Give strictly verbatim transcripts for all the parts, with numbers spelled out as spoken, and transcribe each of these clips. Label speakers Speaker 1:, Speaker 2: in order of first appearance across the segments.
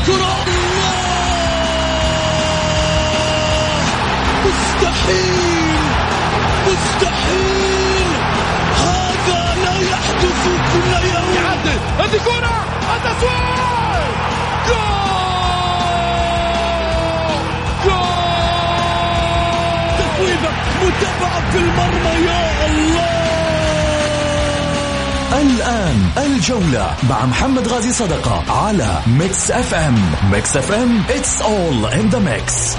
Speaker 1: الكرة مستحيل مستحيل، هذا لا يحدث كل يوم.
Speaker 2: يعدل هذه كرة التسويق، جول جول،
Speaker 1: تسويبة متابعة في المرمى، يا الله.
Speaker 3: الآن الجولة مع محمد غازي صدقة على ميكس اف ام. ميكس اف ام it's all in the mix.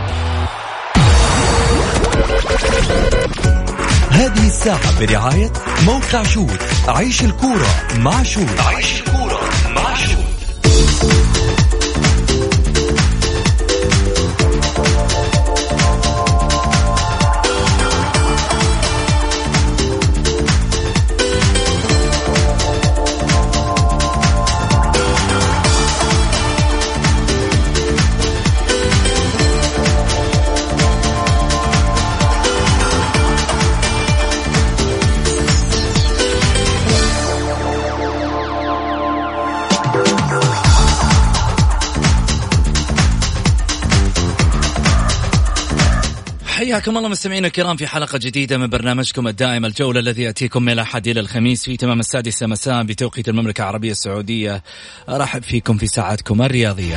Speaker 3: هذه الساعة برعاية موقع شوت. عيش الكورة مع شوت. عيش الكورة مع شوت.
Speaker 4: حياكم الله مستمعينا الكرام في حلقة جديدة من برنامجكم الدائم الجولة، الذي يأتيكم من الأحد إلى الخميس في تمام السادسة مساء بتوقيت المملكة العربية السعودية. أرحب فيكم في ساعتكم الرياضية.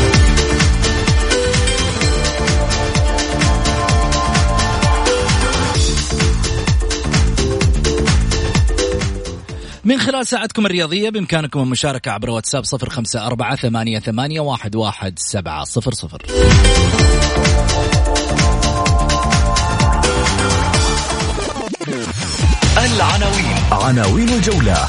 Speaker 4: من خلال ساعتكم الرياضية بإمكانكم المشاركة عبر واتساب صفر خمسة أربعة ثمانية ثمانية واحد واحد سبعة صفر صفر.
Speaker 3: العناوين عناوين الجولة.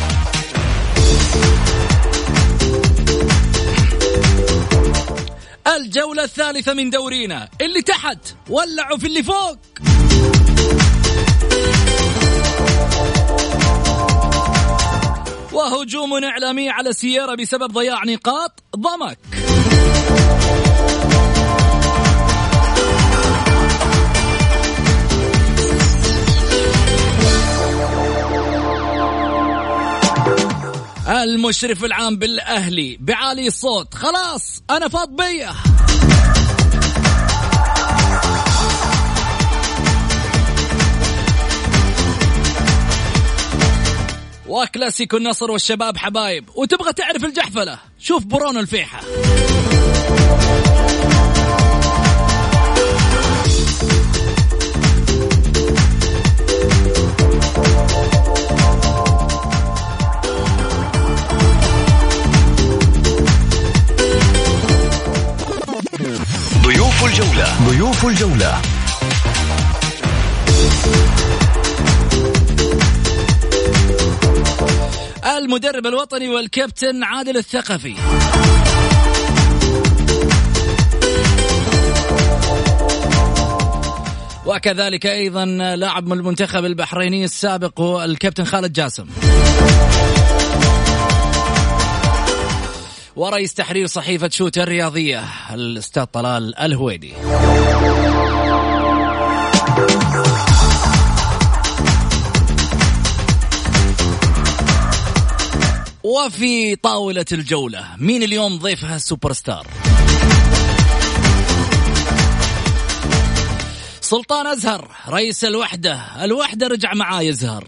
Speaker 4: الجولة الثالثة من دورينا، اللي تحت ولعوا في اللي فوق. وهجوم إعلامي على سيارة بسبب ضياع نقاط ضمك. المشرف العام بالأهلي بعالي الصوت: خلاص أنا فاض بيه. وكلاسيكو النصر والشباب حبايب، وتبغى تعرف الجحفلة؟ شوف برونو الفيحة.
Speaker 3: ضيوف الجولة ضيوف الجولة
Speaker 4: المدرب الوطني والكابتن عادل الثقفي. وكذلك أيضا لاعب من المنتخب البحريني السابق الكابتن خالد جاسم. ورئيس تحرير صحيفة شوت الرياضية الأستاذ طلال الهويدي. وفي طاولة الجولة، مين اليوم ضيفها السوبر ستار؟ سلطان أزهر رئيس الوحدة. الوحدة رجع معاه يزهر.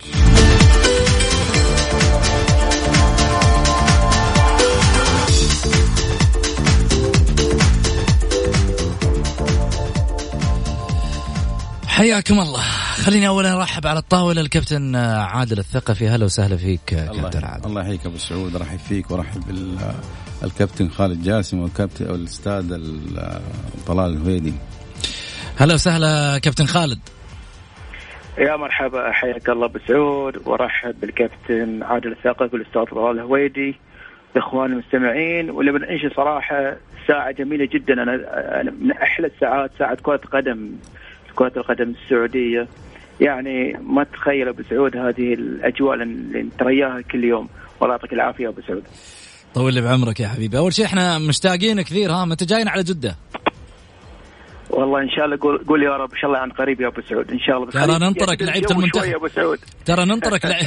Speaker 4: حياكم الله. خليني أولا أرحب على الطاولة الكابتن عادل الثقفي. هلا وسهلا فيك كابتن عادل.
Speaker 5: الله يحييك أبو سعود. رحب فيك ورحب بالكابتن خالد جاسم والكابتن والأستاذ طلال الهويدي.
Speaker 4: هلا وسهلا كابتن خالد.
Speaker 6: يا مرحبا، حياك الله أبو سعود، ورحب بالكابتن عادل الثقفي والأستاذ طلال الهويدي، إخوان المستمعين. واللي بنعيش صراحة ساعة جميلة جدا. أنا من أحلى الساعات ساعة كرة قدم كرة القدم السعودية. يعني ما تتخيل أبو سعود هذه الأجواء اللي نترياها كل يوم. والله يعطيك العافية أبو سعود.
Speaker 4: طول لي بعمرك يا حبيبي. أول شيء إحنا مشتاقين كثير. ها متى جايين على جدة؟
Speaker 6: والله إن شاء الله قول قول يا رب إن شاء الله عن قريب يا أبو سعود إن شاء الله.
Speaker 4: ترى ننطرك لعيبة المنتخب ترى ننطرك لع...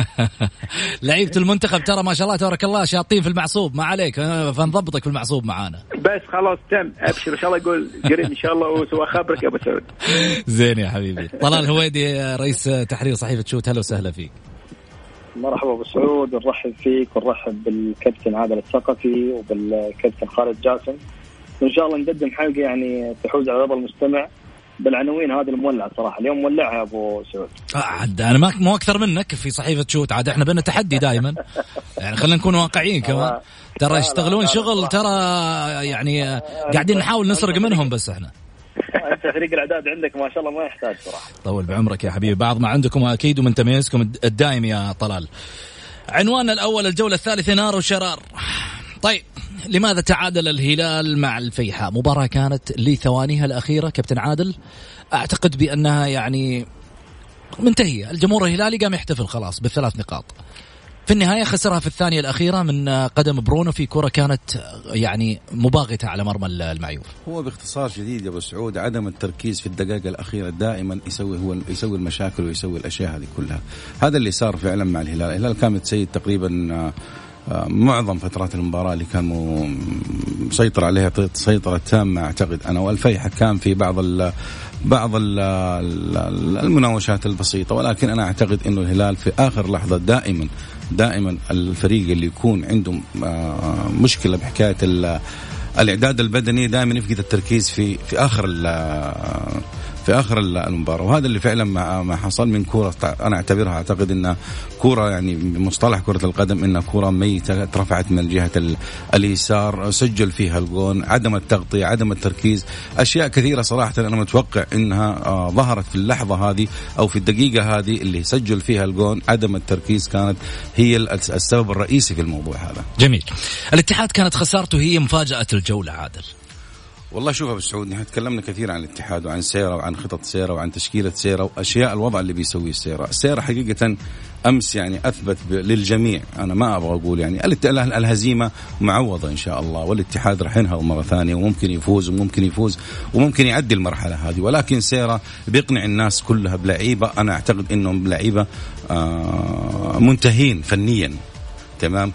Speaker 4: لعيبة المنتخب ترى ما شاء الله تبارك الله شاطين في المعصوب ما عليك فنضبطك في المعصوب معانا.
Speaker 6: بس خلاص تم أبشر إن شاء الله يقول قريب إن شاء الله وأخبرك يا أبو سعود.
Speaker 4: زين يا حبيبي. طلال الهويدي رئيس تحرير صحيفة شوت هلا وسهلا فيك.
Speaker 7: مرحبا أبو سعود ونرحب فيك ونرحب بالكابتن عادل الثقفي وبالكابتن خالد جاسم وإن شاء الله نقدم حلقة يعني تحوز على رضا المستمع بالعناوين هذه المولعة صراحة اليوم مولعها أبو سعود.
Speaker 4: عاد أنا ما مو أكثر منك في صحيفة شوت عاد إحنا بينا تحدي دائما يعني خلينا نكون واقعيين كمان ترى يشتغلون شغل ترى يعني قاعدين نحاول نسرق منهم بس إحنا.
Speaker 7: أنت فريق الإعداد عندك ما شاء الله ما يحتاج صراحة.
Speaker 4: طول بعمرك يا حبيبي بعض ما عندكم أكيد ومن تميزكم الدائم يا طلال. عنوان الأول الجولة الثالثة نار وشرار. طيب لماذا تعادل الهلال مع الفيحاء؟ مباراة كانت لثوانيها الأخيرة كابتن عادل أعتقد بأنها يعني منتهية. الجمهور الهلالي قام يحتفل خلاص بالثلاث نقاط. في النهاية خسرها في الثانية الأخيرة من قدم برونو في كرة كانت يعني مباغتة على مرمى المعيوف.
Speaker 5: هو باختصار شديد يا أبو سعود عدم التركيز في الدقائق الأخيرة دائما يسوي هو يسوي المشاكل ويسوي الأشياء هذه كلها. هذا اللي صار فعلا مع الهلال. الهلال كان متسيد تقريبا معظم فترات المباراة اللي كان مسيطر عليها سيطرة تامة أعتقد أنا. والفيحة كان في بعض ال بعض ال المناوشات البسيطة ولكن أنا أعتقد إنه الهلال في آخر لحظة دائما دائما الفريق اللي يكون عنده مشكلة بحكاية الإعداد البدني دائما يفقد التركيز في في آخر في آخر المباراة وهذا اللي فعلا ما حصل من كرة أنا أعتبرها أعتقد إنها كرة يعني بمصطلح كرة القدم إنها كرة ميتة اترفعت من جهة اليسار سجل فيها الجون. عدم التغطية عدم التركيز أشياء كثيرة صراحة أنا متوقع إنها ظهرت في اللحظة هذه أو في الدقيقة هذه اللي سجل فيها الجون. عدم التركيز كانت هي السبب الرئيسي في الموضوع هذا.
Speaker 4: جميل. الاتحاد كانت خسارته هي مفاجأة الجولة عادل.
Speaker 5: والله شوف أبو سعود نحن تكلمنا كثير عن الاتحاد وعن سيرة وعن خطط سيرة وعن تشكيلة سيرة وأشياء الوضع اللي بيسويه السيرة. السيرة حقيقة أمس يعني أثبت للجميع أنا ما أبغى أقول يعني الهزيمة معوضة إن شاء الله والاتحاد رح ينهض مرة ثانية وممكن يفوز وممكن يفوز وممكن يعدي المرحلة هذه ولكن سيرة بيقنع الناس كلها بلعيبة أنا أعتقد إنهم بلعيبة آه منتهين فنيا تمام.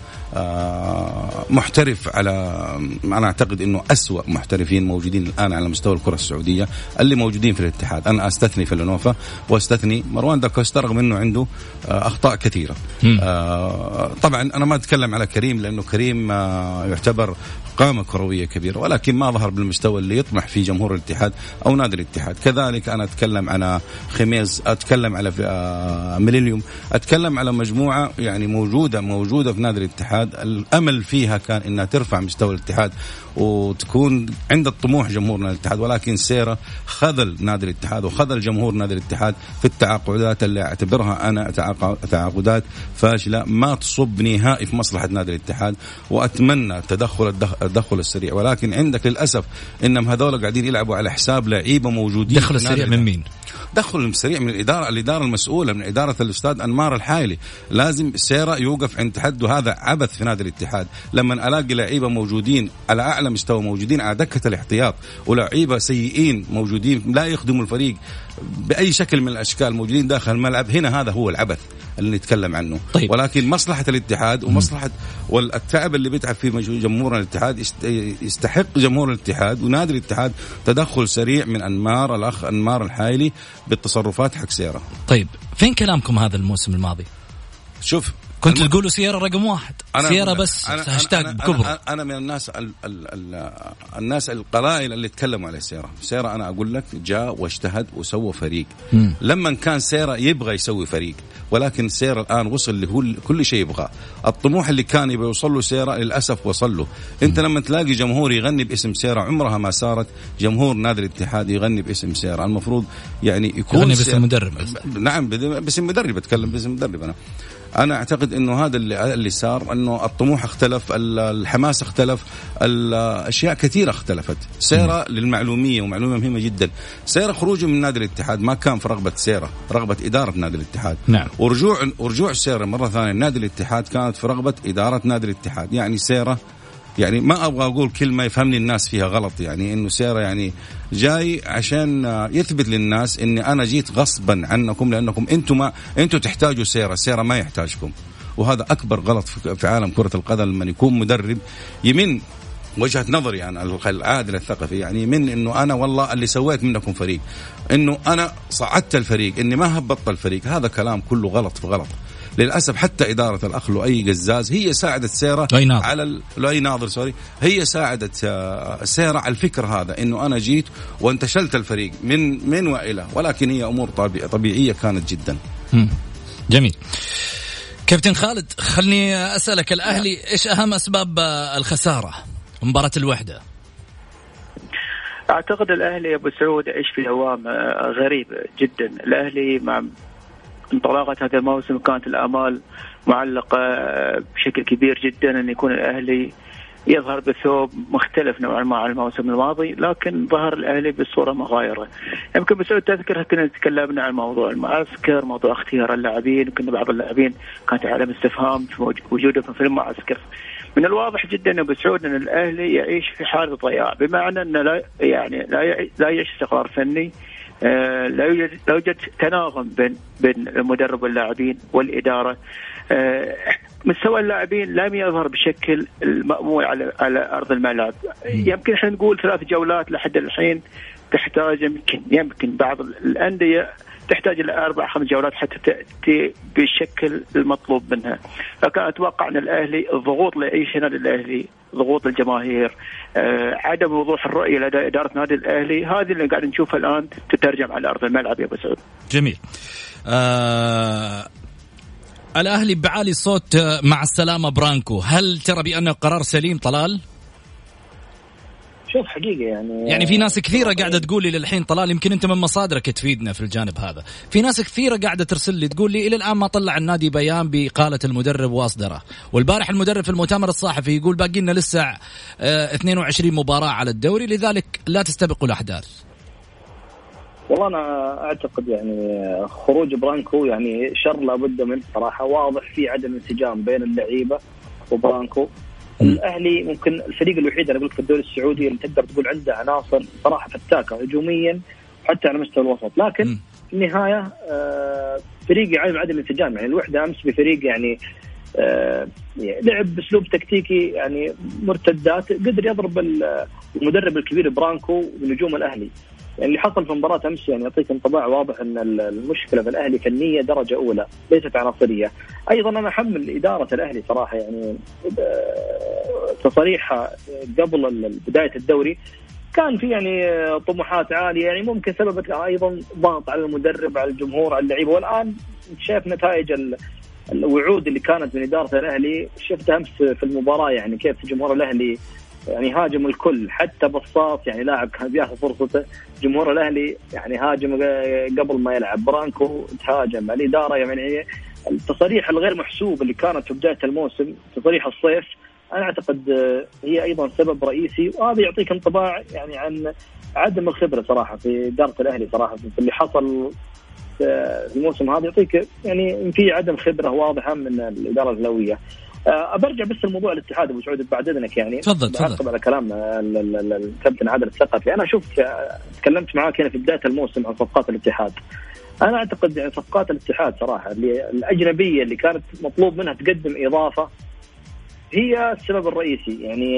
Speaker 5: آه محترف على أنا أعتقد أنه أسوأ محترفين موجودين الآن على مستوى الكرة السعودية اللي موجودين في الاتحاد. أنا أستثني فيلانوفا واستثني مروان داكوستا رغم أنه عنده آه أخطاء كثيرة. آه طبعا أنا ما أتكلم على كريم لأنه كريم آه يعتبر قامة كروية كبيرة ولكن ما ظهر بالمستوى اللي يطمح فيه جمهور الاتحاد أو نادي الاتحاد. كذلك أنا أتكلم على خميس أتكلم على آه ميلينيوم أتكلم على مجموعة يعني موجودة موجودة في نادي الاتحاد الأمل فيها كان إنها ترفع مستوى الاتحاد وتكون عند الطموح جمهور نادي الاتحاد ولكن سيرة خذل نادي الاتحاد وخذل جمهور نادي الاتحاد في التعاقدات اللي أعتبرها أنا تعاقدات فاشلة ما تصب نهائي في مصلحة نادي الاتحاد. وأتمنى تدخل التدخل السريع ولكن عندك للأسف إنهم هذول قاعدين يلعبوا على حساب لعيبة موجودين.
Speaker 4: دخل السريع من مين؟
Speaker 5: دخل سريع من الإدارة الإدارة المسؤولة من إدارة الأستاذ أنمار الحايلي. لازم سيرة يوقف عند تحد وهذا عبث في نادي الاتحاد. لما ألاقي لعيبة موجودين على أعلى مستوى موجودين على دكة الاحتياط ولعيبة سيئين موجودين لا يخدموا الفريق بأي شكل من الأشكال موجودين داخل الملعب هنا هذا هو العبث اللي نتكلم عنه.
Speaker 4: طيب.
Speaker 5: ولكن مصلحة الاتحاد ومصلحة والتعب اللي بيتعب فيه جمهور الاتحاد يستحق جمهور الاتحاد ونادي الاتحاد تدخل سريع من أنمار الأخ أنمار الحايلي بالتصرفات حق سيرة.
Speaker 4: طيب فين كلامكم هذا الموسم الماضي؟
Speaker 5: شوف
Speaker 4: كنت الم... تقولوا سيارة رقم واحد سيارة بس هاشتاج بكبرى.
Speaker 5: أنا, أنا من الناس ال ال ال الناس القلائل اللي تكلموا على سيارة. سيارة أنا أقول لك جاء واجتهد وسوى فريق. م. لما كان سيارة يبغى يسوي فريق ولكن سيارة الآن وصل له كل شيء يبغاه. الطموح اللي كان يبغى يوصل له سيارة للأسف وصل له. أنت م. لما تلاقي جمهور يغني باسم سيارة عمرها ما صارت جمهور نادي الاتحاد يغني باسم سيارة. المفروض يعني يكون
Speaker 4: يغني باسم مدرب.
Speaker 5: نعم باسم مدرب بتكلم باسم مدرب. أنا أنا أعتقد إنه هذا اللي اللي صار إنه الطموح اختلف الحماس اختلف الأشياء كثيرة اختلفت. سيرة للمعلومية ومعلومة مهمة جدا سيرة خروجه من نادي الاتحاد ما كان في رغبة سيرة رغبة إدارة نادي الاتحاد.
Speaker 4: نعم.
Speaker 5: ورجوع ورجوع سيرة مرة ثانية نادي الاتحاد كانت في رغبة إدارة نادي الاتحاد. يعني سيرة يعني ما أبغى أقول كلمة يفهمني الناس فيها غلط، يعني إنه سيارة يعني جاي عشان يثبت للناس إني أنا جيت غصبا عنكم لأنكم أنتم ما أنتم تحتاجوا سيارة، السيارة ما يحتاجكم. وهذا أكبر غلط في عالم كرة القدم لما يكون مدرب يمن وجهة نظري يعني العادل الثقفي، يعني من إنه أنا والله اللي سويت منكم فريق، إنه أنا صعدت الفريق، إني ما هبطت الفريق، هذا كلام كله غلط في غلط. للأسف حتى إدارة الأخ لؤي قزاز هي ساعدت سيرة على ال... لؤي ناظر سوري هي ساعدت سيرة على الفكر هذا، إنه أنا جيت وانتشلت الفريق من من وإلى، ولكن هي أمور طبيعية, طبيعية كانت جدا.
Speaker 4: جميل. كابتن خالد، خلني أسألك، الأهلي إيش أهم أسباب الخسارة مباراة الوحدة؟
Speaker 6: أعتقد الأهلي أبو سعود يعيش في دوام غريب جدا. الأهلي مع انطلاقة هذا الموسم كانت الآمال معلقة بشكل كبير جدا أن يكون الأهلي يظهر بثوب مختلف نوعا ما عن الموسم الماضي، لكن ظهر الأهلي بصورة مغايرة. يمكن بس تذكر كنا تكلمنا عن موضوع المعسكر، موضوع اختيار اللاعبين، وكنا بعض اللاعبين كانت علامة استفهام في وجودهم في المعسكر. من الواضح جدا أن بسعود أن الأهلي يعيش في حالة ضياع، بمعنى أنه لا يعني لا لا يعيش استقرار فني، لا يوجد لا يوجد تناغم بين بين المدرب واللاعبين والإدارة. مستوى اللاعبين لم يظهر بشكل المأمول على على أرض الملعب. يمكن احنا نقول ثلاث جولات لحد الحين تحتاج، يمكن يمكن بعض الأندية تحتاج إلى أربع خمس جولات حتى تأتي بالشكل المطلوب منها. لكن أتوقع أن الأهلي الضغوط اللي يعيش هنا للأهلي، ضغوط الجماهير، آه، عدم وضوح الرؤية لدى إدارة نادي الأهلي، هذه اللي قاعد نشوفها الآن تترجم على أرض الملعب يا أبو سعود.
Speaker 4: جميل. آه الأهلي بعالي الصوت مع السلامة برانكو، هل ترى بأنه قرار سليم طلال؟
Speaker 7: شوف حقيقة يعني
Speaker 4: يعني في ناس كثيرة قاعدة تقول لي للحين طلال، يمكن أنت من مصادرك تفيدنا في الجانب هذا، في ناس كثيرة قاعدة ترسل لي تقول لي إلى الآن ما طلع النادي بيان بإقالة المدرب وأصدره، والبارح المدرب في المؤتمر الصحفي يقول باقي لنا لسه اه اثنين وعشرين مباراة على الدوري، لذلك لا تستبقوا الأحداث.
Speaker 7: والله أنا أعتقد يعني خروج برانكو يعني شر لابد منه صراحة، واضح في عدم انسجام بين اللعيبة وبرانكو. الأهلي ممكن الفريق الوحيد أنا قلت في الدوري السعودي اللي تقدر تقول عنده عناصر صراحة فتاكة هجوميا حتى على مستوى الوسط، لكن م. في النهاية فريق يعاني من عدم انسجام. يعني الوحدة أمس بفريق يعني لعب بأسلوب تكتيكي يعني مرتدات، قدر يضرب المدرب الكبير برانكو ونجوم الأهلي. يعني اللي حصل في مباراة أمس يعني يعطيك انطباع واضح أن المشكلة في الأهلي فنية درجة أولى ليست عناصرية. أيضا أنا أحمل إدارة الأهلي صراحة يعني تصريحها قبل بداية الدوري كان في يعني طموحات عالية، يعني ممكن سببت أيضا ضغط على المدرب على الجمهور على اللعيبة، والآن شايف نتائج الوعود اللي كانت من إدارة الأهلي. شفت أمس في المباراة يعني كيف جمهور الأهلي يعني هاجم الكل، حتى بصاص يعني لاعب كان بياخذ فرصته، جمهور الأهلي يعني هاجم قبل ما يلعب، برانكو تهاجم الإدارة. يعني التصريح الغير محسوب اللي كانت في بداية الموسم، تصريح الصيف، أنا أعتقد هي أيضا سبب رئيسي، وهذا يعطيك انطباع يعني عن عدم الخبرة صراحة في إدارة الأهلي صراحة في اللي حصل في الموسم هذا، يعطيك يعني في عدم خبرة واضحة من الإدارة الأهلاوية. أبرجع بس الموضوع الاتحاد أبو سعود بعد إذنك، يعني
Speaker 4: تفضل
Speaker 7: على كلام الكابتن عادل الثقفي. أنا شوف تكلمت معاك هنا في بداية الموسم عن صفقات الاتحاد. أنا أعتقد يعني صفقات الاتحاد صراحة اللي الأجنبية اللي كانت مطلوب منها تقدم إضافة هي السبب الرئيسي. يعني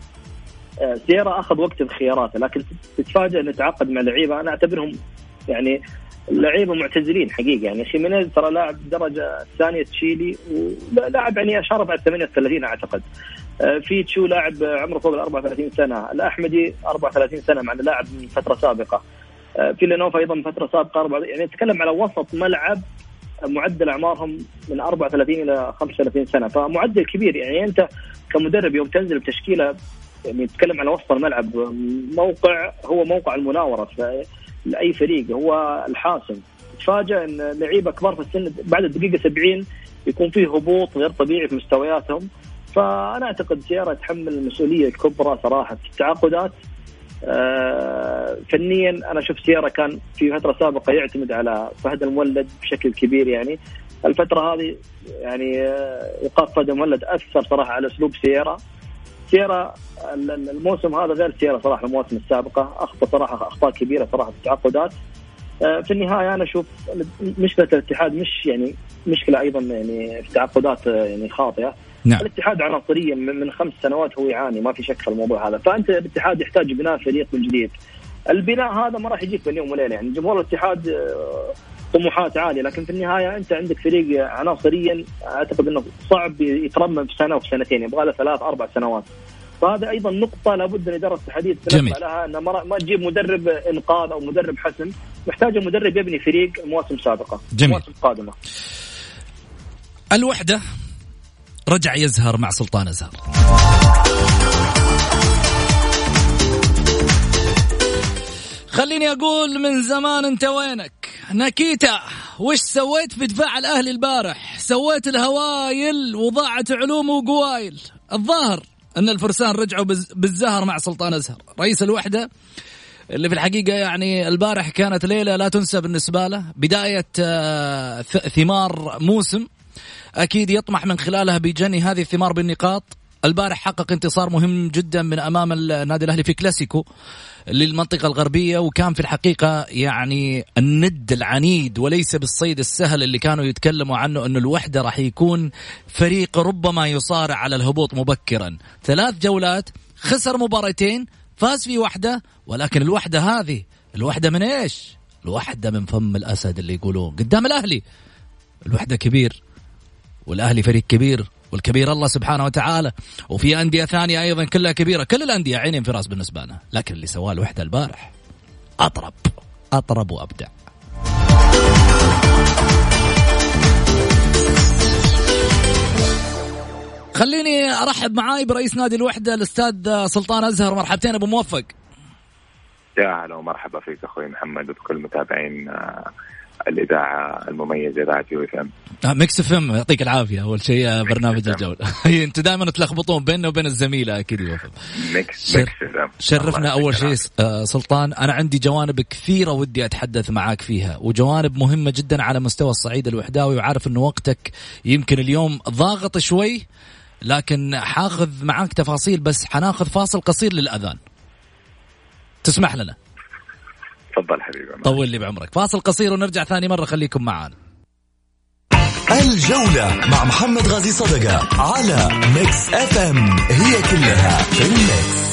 Speaker 7: سيارة أخذ وقت بخياراته، لكن تتفاجأ أن تعاقد مع لعيبة أنا أعتبرهم يعني لعيبه معتزلين حقيقة. يعني خيمينيز ترى لاعب درجة ثانية تشيلي، ولاعب يعني أشار بعد ثمانية وثلاثين أعتقد. في تشو لاعب عمره فوق ال أربعة وثلاثين سنة، الأحمدي أربعة وثلاثين سنة مع لاعب من فترة سابقة، في لينوف أيضا من فترة سابقة. يعني نتكلم على وسط ملعب معدل أعمارهم من أربعة وثلاثين إلى خمسة وثلاثين سنة، فمعدل كبير. يعني أنت كمدرب يوم تنزل بتشكيلة يعني تتكلم على وسط الملعب، موقع هو موقع المناورة لأي فريق، هو الحاسم. تفاجأ أن لعيبة كبار في السن بعد الدقيقة سبعين يكون فيه هبوط غير طبيعي في مستوياتهم. فأنا أعتقد سيارة تحمل المسؤولية الكبرى صراحة في التعاقدات. آه فنيا أنا شوف سيارة كان في فترة سابقة يعتمد على فهد المولد بشكل كبير، يعني الفترة هذه يعني إيقاف فهد المولد أثر صراحة على أسلوب سيارة. سيرا الموسم هذا غير سيرا صراحة المواسم السابقة، أخطأ صراحة أخطاء كبيرة صراحة في التعاقدات. في النهاية أنا أشوف مشكلة الاتحاد مش يعني مشكلة أيضا يعني في تعاقدات يعني خاطئة. نعم. الاتحاد عناصريا من خمس سنوات هو يعاني، ما في شك في الموضوع هذا. فأنت الاتحاد يحتاج بناء فريق من جديد. البناء هذا ما راح يجيك بين يوم وليلة، يعني جمهور الاتحاد طموحات عالية، لكن في النهاية أنت عندك فريق عناصريا أعتقد أنه صعب يترمم في سنة وفي سنتين، يبغى له ثلاث أربع سنوات. فهذا أيضا نقطة لابد أن إدارة الحديث تنبه لها، أن ما تجيب مدرب إنقاذ أو مدرب حسم، محتاجة مدرب يبني فريق مواسم سابقة.
Speaker 4: جميل.
Speaker 7: مواسم قادمة.
Speaker 4: الوحدة رجع يزهر مع سلطان أزهر. خليني أقول من زمان أنت وينك نكيتا؟ وش سويت في دفاع الأهلي البارح؟ سويت الهوايل وضاعت علوم وقوايل. الظاهر أن الفرسان رجعوا بالزهر مع سلطان أزهر رئيس الوحدة، اللي في الحقيقة يعني البارح كانت ليلة لا تنسى بالنسبة له، بداية ثمار موسم أكيد يطمح من خلالها بجني هذه الثمار بالنقاط. البارح حقق انتصار مهم جدا من أمام النادي الأهلي في كلاسيكو للمنطقة الغربية، وكان في الحقيقة يعني الند العنيد وليس بالصيد السهل اللي كانوا يتكلموا عنه أنه الوحدة راح يكون فريق ربما يصارع على الهبوط مبكرا. ثلاث جولات، خسر مباراتين، فاز في واحدة، ولكن الوحدة هذه الوحدة من إيش؟ الوحدة من فم الأسد اللي يقولون قدام الأهلي. الوحدة كبير والأهلي فريق كبير، والكبير الله سبحانه وتعالى، وفي أندية ثانية أيضا كلها كبيرة، كل الأندية عينين في راس بالنسبة لنا، لكن اللي سواه الوحدة البارح أطرب أطرب وأبدع. خليني أرحب معاي برئيس نادي الوحدة الأستاذ سلطان أزهر. مرحبتين أبو موفق.
Speaker 8: يا هلا ومرحبا فيك أخوي محمد وبكل متابعين الإذاعة المميزة إذاعة يو إف إم.
Speaker 4: ميكس إف إم يعطيك العافية. أول شيء برنامج الجولة. أنت دائما تلخبطون بيننا وبين الزميلة أكيد يوفق.
Speaker 8: ميكس ميكس
Speaker 4: شرفنا أول شيء سلطان. أنا عندي جوانب كثيرة ودي أتحدث معاك فيها، وجوانب مهمة جدا على مستوى الصعيد الوحداوي، وعارف إنه وقتك يمكن اليوم ضاغط شوي، لكن حاخذ معاك تفاصيل، بس حناخذ فاصل قصير للأذان، تسمح لنا؟
Speaker 8: تفضل حبيبي.
Speaker 4: طول لي بعمرك. فاصل قصير ونرجع ثاني مرة، خليكم معانا.
Speaker 3: الجولة مع محمد غازي صدقة على ميكس اف ام، هي كلها في الميكس.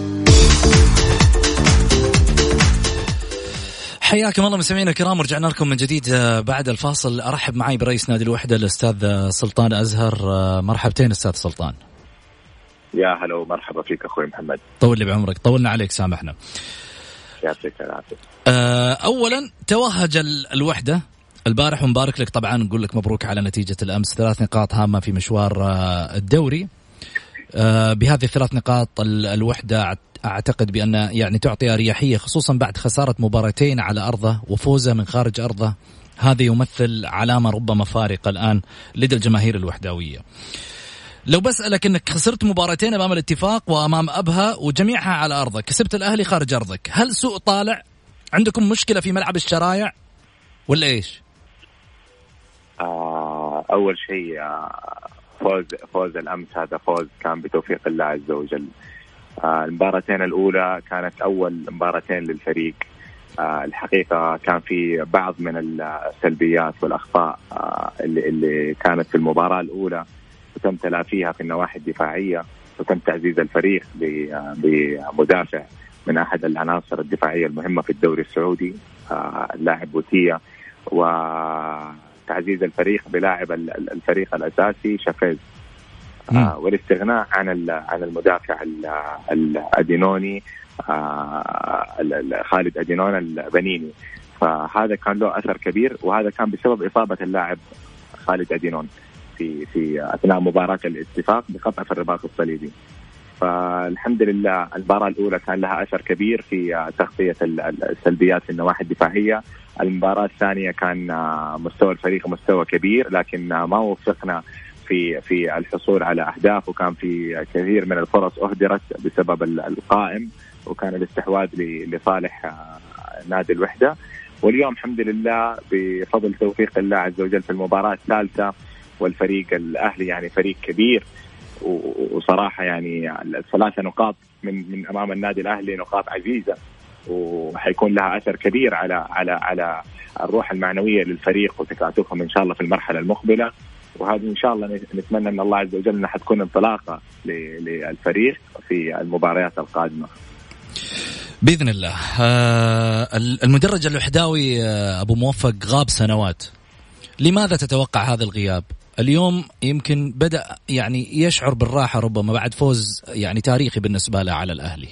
Speaker 4: حياكم الله مستمعينا الكرام، ورجعنا لكم من جديد بعد الفاصل. أرحب معي برئيس نادي الوحدة الأستاذ سلطان أزهر. مرحبتين أستاذ سلطان.
Speaker 8: يا هلا ومرحبا فيك أخوي محمد.
Speaker 4: طول لي بعمرك، طولنا عليك، سامحنا. أولا توهج الوحدة البارح، ومبارك لك طبعا، نقول لك مبروك على نتيجة الأمس، ثلاث نقاط هامة في مشوار الدوري. بهذه الثلاث نقاط الوحدة أعتقد بأن يعني تعطي أريحية، خصوصا بعد خسارة مباراتين على أرضه وفوزه من خارج أرضه. هذا يمثل علامة ربما فارقة الآن لدى الجماهير الوحداوية. لو بسألك أنك خسرت مباراتين أمام الاتفاق وأمام أبها وجميعها على أرضك، كسبت الأهلي خارج أرضك، هل سوء طالع؟ عندكم مشكلة في ملعب الشرايع ولا إيش؟
Speaker 8: آه أول شيء آه فوز فوز الأمس، هذا فوز كان بتوفيق الله عز وجل. آه المباراتين الأولى كانت أول مباراتين للفريق. آه الحقيقة كان في بعض من السلبيات والأخطاء آه اللي, اللي كانت في المباراة الأولى، وتم تلافيها في النواحي الدفاعية، وتم تعزيز الفريق بمدافع من أحد العناصر الدفاعية المهمة في الدوري السعودي، اللاعب بوتية، وتعزيز الفريق بلاعب الفريق الأساسي شافيز، والاستغناء عن عن المدافع الأدينوني خالد أدينون البنيني. فهذا كان له أثر كبير، وهذا كان بسبب إصابة اللاعب خالد أدينون في في أثناء مباراة الاتفاق بقطع في الرباط الصليبي. فالحمد لله المباراة الأولى كان لها أثر كبير في تغطية السلبيات في النواحي الدفاعية. المباراة الثانية كان مستوى الفريق مستوى كبير، لكن ما وفقنا في في الحصول على أهداف، وكان في كثير من الفرص أهدرت بسبب القائم، وكان الاستحواذ لصالح نادي الوحدة. واليوم الحمد لله بفضل توفيق الله عز وجل في المباراة الثالثة، والفريق الأهلي يعني فريق كبير، وصراحة يعني الثلاثة نقاط من من أمام النادي الأهلي نقاط عزيزة، وحيكون لها أثر كبير على على على الروح المعنوية للفريق وتكاتفهم إن شاء الله في المرحلة المقبلة. وهذه إن شاء الله نتمنى من الله عز وجل أنها حتكون انطلاقة للفريق في المباريات القادمة
Speaker 4: بإذن الله. المدرج الوحداوي أبو موفق غاب سنوات، لماذا تتوقع هذا الغياب؟ اليوم يمكن بدأ يعني يشعر بالراحة ربما بعد فوز يعني تاريخي بالنسبة له على الأهلي.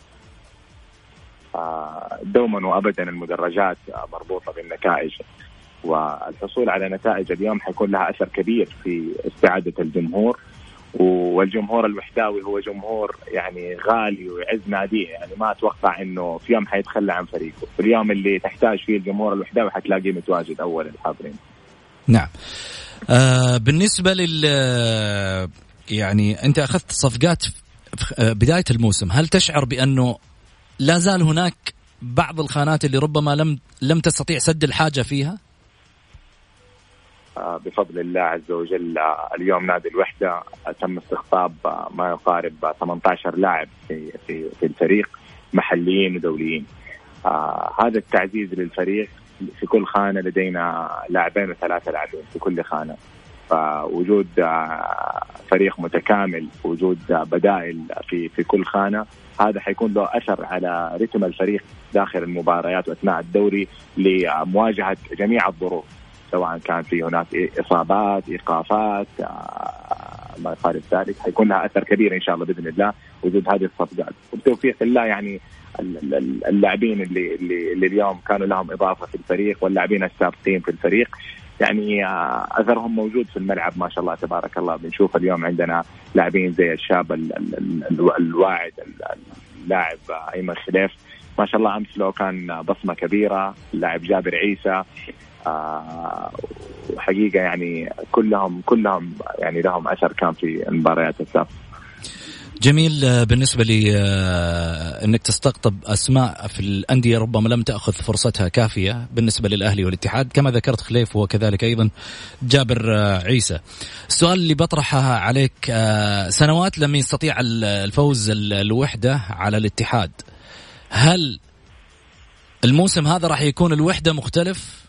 Speaker 8: دوما وأبدا المدرجات مربوطة بالنتائج، والحصول على نتائج اليوم حيكون لها أثر كبير في استعادة الجمهور، والجمهور الوحداوي هو جمهور يعني غالي ويعز ناديه، يعني ما أتوقع إنه في يوم حيتخلى عن فريقه. في اليوم اللي تحتاج فيه الجمهور الوحداوي حتلاقيه متواجد أول الحاضرين.
Speaker 4: نعم. آه بالنسبة لل يعني أنت أخذت صفقات بداية الموسم، هل تشعر بأنه لا زال هناك بعض الخانات اللي ربما لم لم تستطيع سد الحاجة فيها؟
Speaker 8: آه بفضل الله عز وجل اليوم نادي الوحدة تم استقطاب ما يقارب ثمانية عشر لاعب في في في الفريق، محليين ودوليين. آه هذا التعزيز للفريق. في كل خانة لدينا لاعبين وثلاثة لاعبين في كل خانة، فوجود فريق متكامل، وجود بدائل في في كل خانة، هذا حيكون له أثر على رتم الفريق داخل المباريات وأثناء الدوري لمواجهة جميع الظروف، سواء كان في هناك إصابات، إيقافات، ما يقارب ذلك. حيكون لها أثر كبير إن شاء الله بإذن الله وجود هذه الصفقات، وبتوفيق الله يعني اللاعبين اللي, اللي اللي اليوم كانوا لهم إضافة في الفريق واللاعبين السابقين في الفريق يعني أثرهم موجود في الملعب ما شاء الله تبارك الله. بنشوف اليوم عندنا لاعبين زي الشاب الواعد اللاعب أيمن خليف ما شاء الله، أمس له كان بصمة كبيرة. اللاعب جابر عيسى وحقيقة يعني كلهم كلهم يعني لهم أثر كان في المباريات السابقة.
Speaker 4: جميل. بالنسبة لي أنك تستقطب أسماء في الأندية ربما لم تأخذ فرصتها كافية بالنسبة للأهلي والاتحاد، كما ذكرت خليف وكذلك أيضا جابر عيسى. السؤال اللي بطرحه عليك، سنوات لم يستطيع الفوز الوحدة على الاتحاد، هل الموسم هذا راح يكون الوحدة مختلف؟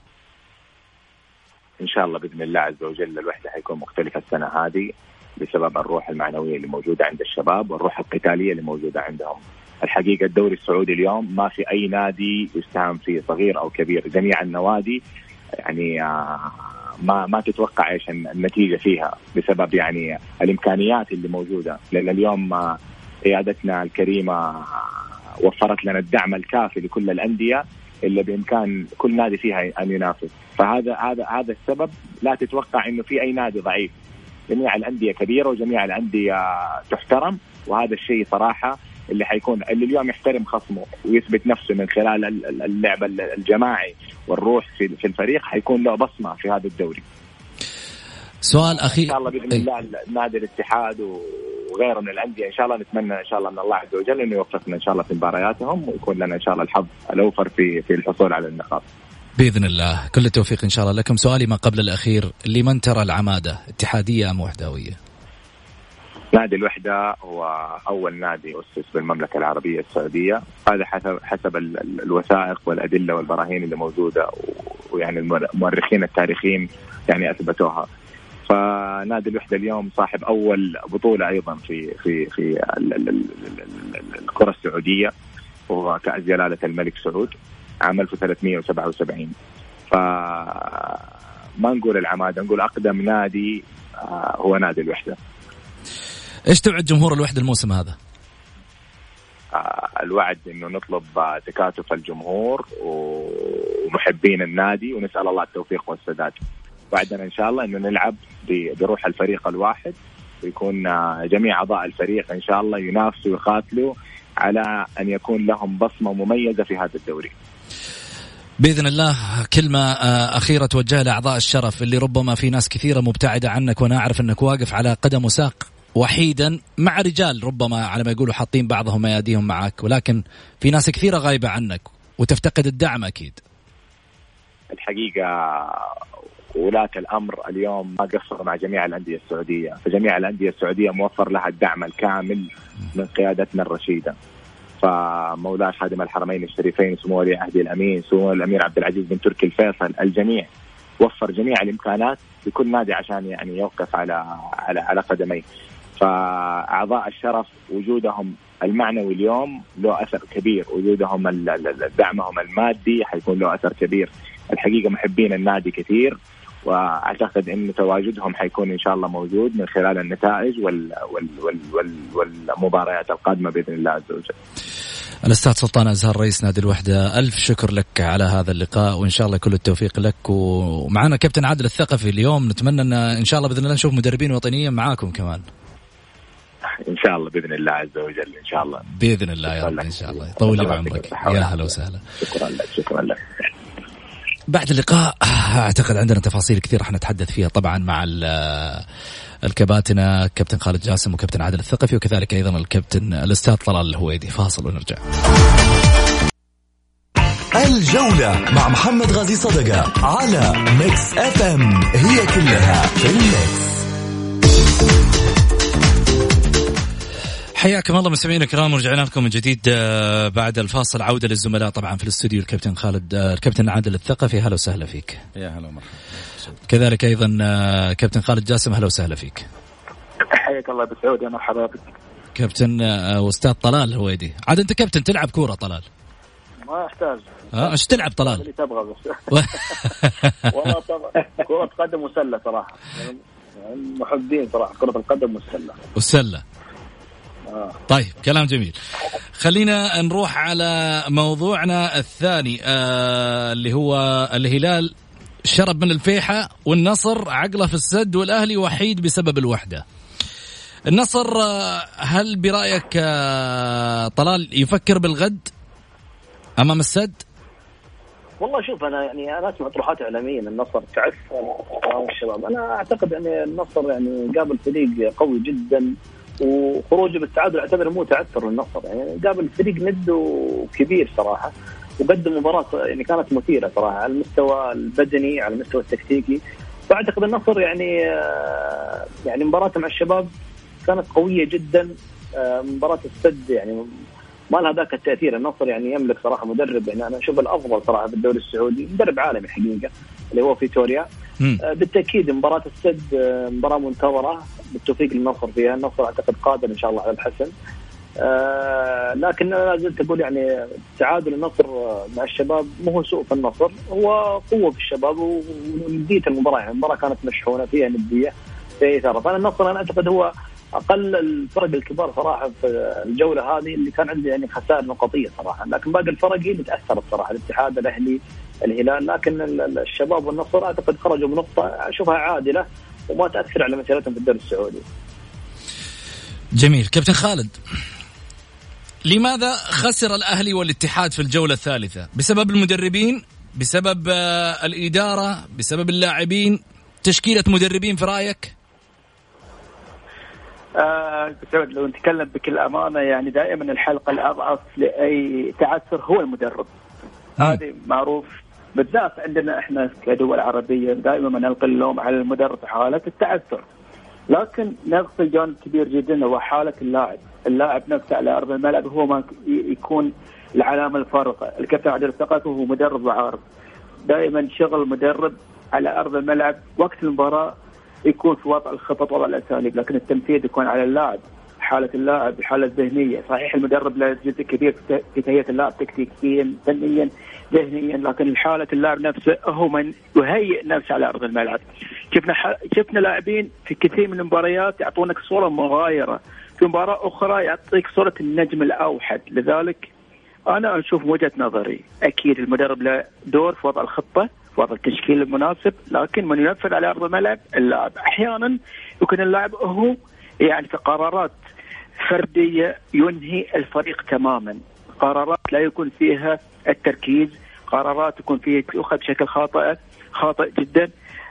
Speaker 8: إن شاء الله بإذن الله عز وجل الوحدة حيكون مختلفة السنة هذه بسبب الروح المعنوية اللي موجودة عند الشباب والروح القتالية اللي موجودة عندهم. الحقيقة الدوري السعودي اليوم ما في أي نادي يساهم فيه صغير أو كبير، جميع النوادي يعني ما ما تتوقع إيش النتيجة فيها بسبب يعني الإمكانيات اللي موجودة، لأن اليوم قيادتنا الكريمة وفرت لنا الدعم الكافي لكل الأندية اللي بإمكان كل نادي فيها أن ينافس. فهذا هذا هذا السبب لا تتوقع إنه في أي نادي ضعيف، جميع الأندية كبيرة وجميع الأندية تحترم، وهذا الشيء صراحة اللي حيكون اللي اليوم يحترم خصمه ويثبت نفسه من خلال اللعب الجماعي والروح في في الفريق حيكون له بصمة في هذا الدوري.
Speaker 4: سؤال أخير
Speaker 8: إن شاء الله بإذن الله نادي الاتحاد وغيره من الأندية إن شاء الله نتمنى إن شاء الله من الله عز وجل إنه يوفقنا إن شاء الله في مبارياتهم ويكون لنا إن شاء الله الحظ الأوفر في في الحصول على النقاط
Speaker 4: بإذن الله. كل التوفيق إن شاء الله لكم. سؤالي ما قبل الأخير، لمن ترى العمادة، اتحادية أم وحدوية؟
Speaker 8: نادي الوحدة هو أول نادي أسس بالمملكة العربية السعودية، هذا حسب حسب الوثائق والأدلة والبراهين اللي موجودة ويعني المؤرخين التاريخيين يعني أثبتوها. فنادي الوحدة اليوم صاحب أول بطولة أيضا في في في الكرة السعودية وهو كأس جلالة الملك سعود عام ألف وثلاثمائة وسبعة وسبعين. فما نقول العمادة، نقول أقدم نادي هو نادي الوحدة.
Speaker 4: إيش توعد جمهور الوحدة الموسم هذا؟
Speaker 8: الوعد إنه نطلب تكاتف الجمهور ومحبين النادي ونسأل الله التوفيق والسداد. وعدنا إن شاء الله إنه نلعب بروح الفريق الواحد ويكون جميع أعضاء الفريق إن شاء الله ينافسوا ويقاتلوا على أن يكون لهم بصمة مميزة في هذا الدوري
Speaker 4: بإذن الله. كلمة أخيرة توجهها لأعضاء الشرف اللي ربما في ناس كثيرة مبتعدة عنك، وأنا أعرف أنك واقف على قدم وساق وحيدا مع رجال ربما على ما يقولوا حاطين بعضهم أيديهم معك، ولكن في ناس كثيرة غايبة عنك وتفتقد الدعم أكيد.
Speaker 8: الحقيقة ولاة الأمر اليوم ما قصروا مع جميع الأندية السعودية، فجميع الأندية السعودية موفر لها الدعم الكامل من قيادتنا الرشيدة. فمولاة خادم الحرمين الشريفين سمو ولي عهد الأمين سمو الأمير عبد العزيز بن تركي الفيصل، الجميع وفر جميع الإمكانات لكل نادي عشان يعني يوقف على على على قدميه. فأعضاء الشرف وجودهم المعنوي اليوم له أثر كبير، وجودهم دعمهم المادي حيكون له أثر كبير. الحقيقة محبين النادي كثير، وأعتقد أن تواجدهم حيكون إن شاء الله موجود من خلال النتائج وال وال وال وال والمباريات القادمة بإذن الله عز وجل.
Speaker 4: الأستاذ سلطان أزهر رئيس نادي الوحدة، ألف شكر لك على هذا اللقاء، وإن شاء الله كل التوفيق لك. ومعنا كابتن عادل الثقفي اليوم، نتمنى أن إن شاء الله بإذن الله نشوف مدربين وطنيين معاكم كمان
Speaker 8: إن شاء الله بإذن الله عز وجل. إن شاء الله
Speaker 4: بإذن الله يا رب إن شاء الله. طول لي بعمرك، يا هلا وسهلا.
Speaker 8: شكرا لك شكرا لك.
Speaker 4: بعد اللقاء أعتقد عندنا تفاصيل كثير راح نتحدث فيها طبعا مع الكباتنة كابتن خالد جاسم وكابتن عادل الثقفي، وكذلك أيضا الكابتن الأستاذ طلال الهويدي. فاصل ونرجع.
Speaker 3: الجولة مع محمد غازي صدقة على ميكس اف ام، هي كلها في الميكس.
Speaker 4: حياكم الله مستمعينا الكرام، ورجعنا لكم من جديد بعد الفاصل. عودة للزملاء طبعا في الاستوديو، الكابتن خالد الكابتن عادل الثقفي، هلا وسهلا فيك.
Speaker 5: يا هلا ومرحبا.
Speaker 4: كذلك أيضا كابتن خالد جاسم، هلا وسهلا فيك.
Speaker 6: حياك الله بسعود، يا مرحبا بك.
Speaker 4: كابتن واستاذ طلال الهويدي، عاد أنت كابتن تلعب كورة طلال؟
Speaker 6: ما يحتاج.
Speaker 4: اه ايش تلعب طلال؟
Speaker 6: اللي تبغى بس. والله طبعا كرة قدم وسلة صراحة، يعني محبين صراحة كرة القدم والسلة.
Speaker 4: والسلة.
Speaker 6: آه.
Speaker 4: طيب كلام جميل. خلينا نروح على موضوعنا الثاني آه اللي هو الهلال شرب من الفيحة، والنصر عقله في السد، والأهلي وحيد بسبب الوحدة. النصر آه هل برأيك آه طلال يفكر بالغد أمام السد؟
Speaker 7: والله شوف أنا يعني أنا أسمع طروحات إعلامية النصر تعثر أمام الشباب. أنا أعتقد أن النصر يعني قابل فريق قوي جدا، وخروجه بالتعادل اعتبره مو تعثر للنصر، يعني قابل فريق ند كبير صراحة، وقدم مباراة يعني كانت مثيرة صراحة على المستوى البدني على المستوى التكتيكي. فأعتقد النصر يعني يعني مباراة مع الشباب كانت قوية جدا. مباراة السد يعني ما لها ذاك التأثير. النصر يعني يملك صراحة مدرب، يعني أنا أشوف الأفضل صراحة في الدوري السعودي، مدرب عالمي حقيقة اللي هو فيتوريا. بالتأكيد مباراة السد مباراة منتظرة، بالتوفيق للنصر فيها. النصر أعتقد قادر إن شاء الله على الحسن. آه لكن أنا زلت أقول يعني تعادل النصر مع الشباب مو هو سوء في النصر، هو قوة في الشباب وندية المباراة. يعني المباراة كانت مشحونة فيها ندية في إثارة. فأنا النصر أنا أعتقد هو أقل الفرق الكبار صراحة في الجولة هذه اللي كان عنده يعني خسائر نقطية صراحة، لكن باقي الفرق هي اللي تأثرت صراحة، الاتحاد، الأهلي، الهلال. لكن الشباب والنصر أعتقد خرجوا بنقطة أشوفها عادلة وما تأثر على مسيرتهم في الدوري السعودي.
Speaker 4: جميل. كابتن خالد، لماذا خسر الأهلي والاتحاد في الجولة الثالثة؟ بسبب المدربين، بسبب الإدارة، بسبب اللاعبين، تشكيلة مدربين في رأيك؟
Speaker 6: آه لو نتكلم بكل أمانة يعني دائما الحلقة الأضعف لأي تعثر هو المدرب. هذه معروف، بالذات عندنا احنا كدول عربية دائما ما نلقي اللوم على المدرب في حالة التعثر، لكن نغفل جانب كبير جدا هو حالة اللاعب. اللاعب نفسه على أرض الملعب هو ما يكون العلامة الفارقة. الكابتن عادل الثقفي هو مدرب وعارف دائما شغل مدرب على أرض الملعب وقت المباراة يكون في وضع الخطط وضع الأساليب، لكن التنفيذ يكون على اللاعب، حالة اللاعب، الحالة الذهنية. صحيح المدرب له جزء كبير في تهيئة اللاعب تكتيكيا فنيا ذهنيا، لكن حالة اللاعب نفسه هو من يهيئ نفسه على أرض الملعب. شفنا ح... شفنا لاعبين في كثير من المباريات يعطونك صورة مغايرة، في مباراة أخرى يعطيك صورة النجم الأوحد. لذلك أنا أشوف وجهة نظري أكيد المدرب له دور في وضع الخطة، في وضع التشكيل المناسب، لكن من ينفذ على أرض الملعب اللاعب. أحيانا يكون اللاعب هو يعني في قرارات فردية ينهي الفريق تماما، قرارات لا يكون فيها التركيز، قرارات يكون فيها تأخذ بشكل خاطئ خاطئ جدا.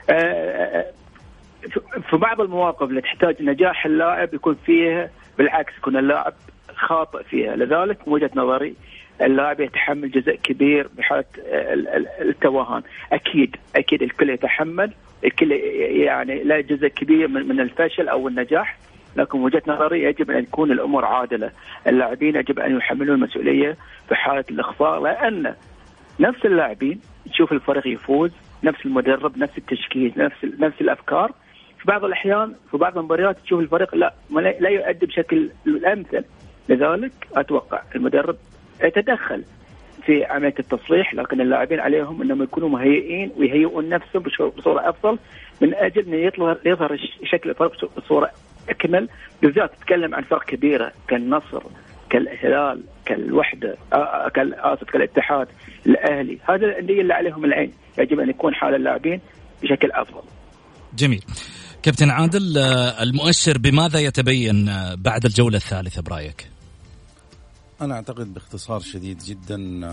Speaker 6: في بعض المواقف اللي تحتاج نجاح اللاعب يكون فيها بالعكس يكون اللاعب خاطئ فيها. لذلك من وجهة نظري اللاعب يتحمل جزء كبير بحالة التوهان. أكيد أكيد الكل يتحمل كل يعني لا جزء كبير من, من الفشل أو النجاح، لكن وجهة نظري يجب أن تكون الأمور عادلة. اللاعبين يجب أن يحملون المسؤولية في حالة الإخفاء، لأن نفس اللاعبين تشوف الفريق يفوز، نفس المدرب، نفس التشكيل، نفس نفس الأفكار. في بعض الأحيان في بعض المباريات تشوف الفريق لا لا يؤدي بشكل الأمثل، لذلك أتوقع المدرب يتدخل في عملية التصليح، لكن اللاعبين عليهم أنهم يكونوا مهيئين ويهيئون نفسهم بصورة أفضل من أجل أن يظهر يظهر شكل الفريق بصورة أكمل. بالذات تتكلم عن فرق كبيرة كالنصر، كالهلال، كالوحدة، كالآسف، كالاتحاد، الأهلي، هذا الأندية اللي عليهم العين، يجب أن يكون حال اللاعبين بشكل أفضل.
Speaker 4: جميل. كابتن عادل، المؤشر بماذا يتبين بعد الجولة الثالثة برأيك؟
Speaker 5: أنا أعتقد باختصار شديد جدا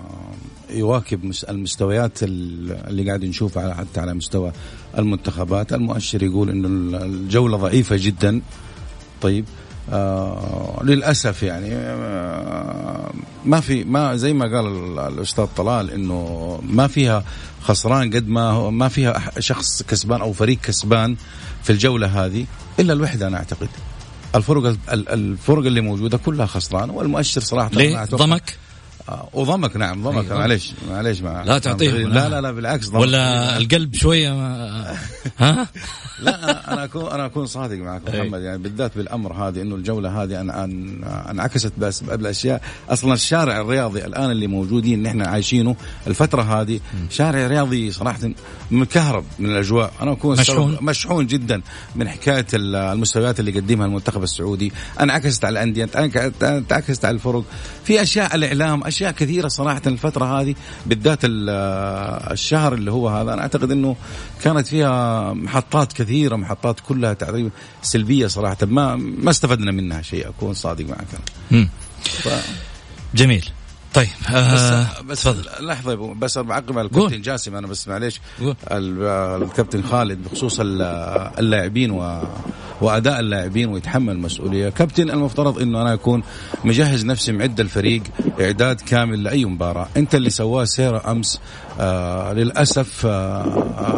Speaker 5: يواكب المستويات اللي قاعد نشوفها حتى على مستوى المنتخبات. المؤشر يقول إنه الجولة ضعيفة جدا. طيب آه للأسف يعني آه ما في ما زي ما قال الأستاذ طلال إنه ما فيها خسران قد ما ما فيها شخص كسبان أو فريق كسبان في الجولة هذه إلا الوحدة. أنا أعتقد الفرق الفرق اللي موجودة كلها خسران، والمؤشر صراحة
Speaker 4: ليه ضمك
Speaker 5: آه وضمك نعم ضمك أيوة. معليش معليش مع
Speaker 4: لا تعطيه
Speaker 5: لا لا لا بالعكس ضمك.
Speaker 4: ولا القلب شوية ها
Speaker 5: لا أنا أكون أنا أكون صادق معك محمد، يعني بالذات بالأمر هذه إنه الجولة هذه أنا انعكست بس بالأشياء. أصلا الشارع الرياضي الآن اللي موجودين نحن عايشينه الفترة هذه شارع رياضي صراحة مكهرب من الأجواء. أنا أكون
Speaker 4: مشحون
Speaker 5: مشحون جدا من حكاية المستويات اللي قدمها المنتخب السعودي، انعكست على الأندية، انعكست على الفرق، في أشياء الإعلام، أشياء كثيرة صراحة الفترة هذه بالذات الشهر اللي هو هذا. أنا أعتقد إنه كانت فيها محطات كثيرة، محطات كلها تقريبا سلبية صراحة، ما ما استفدنا منها شيء، أكون صادق معك.
Speaker 4: ف... جميل. طيب
Speaker 5: آه بس, بس لحظة بس بعقب على الكابتن جاسم، أنا بس معليش الكابتن خالد بخصوص اللاعبين و... وأداء اللاعبين ويتحمل مسؤولية. كابتن المفترض إنه أنا أكون مجهز نفسي معد الفريق إعداد كامل لأي مباراة. أنت اللي سواه سيرة أمس آه للأسف آه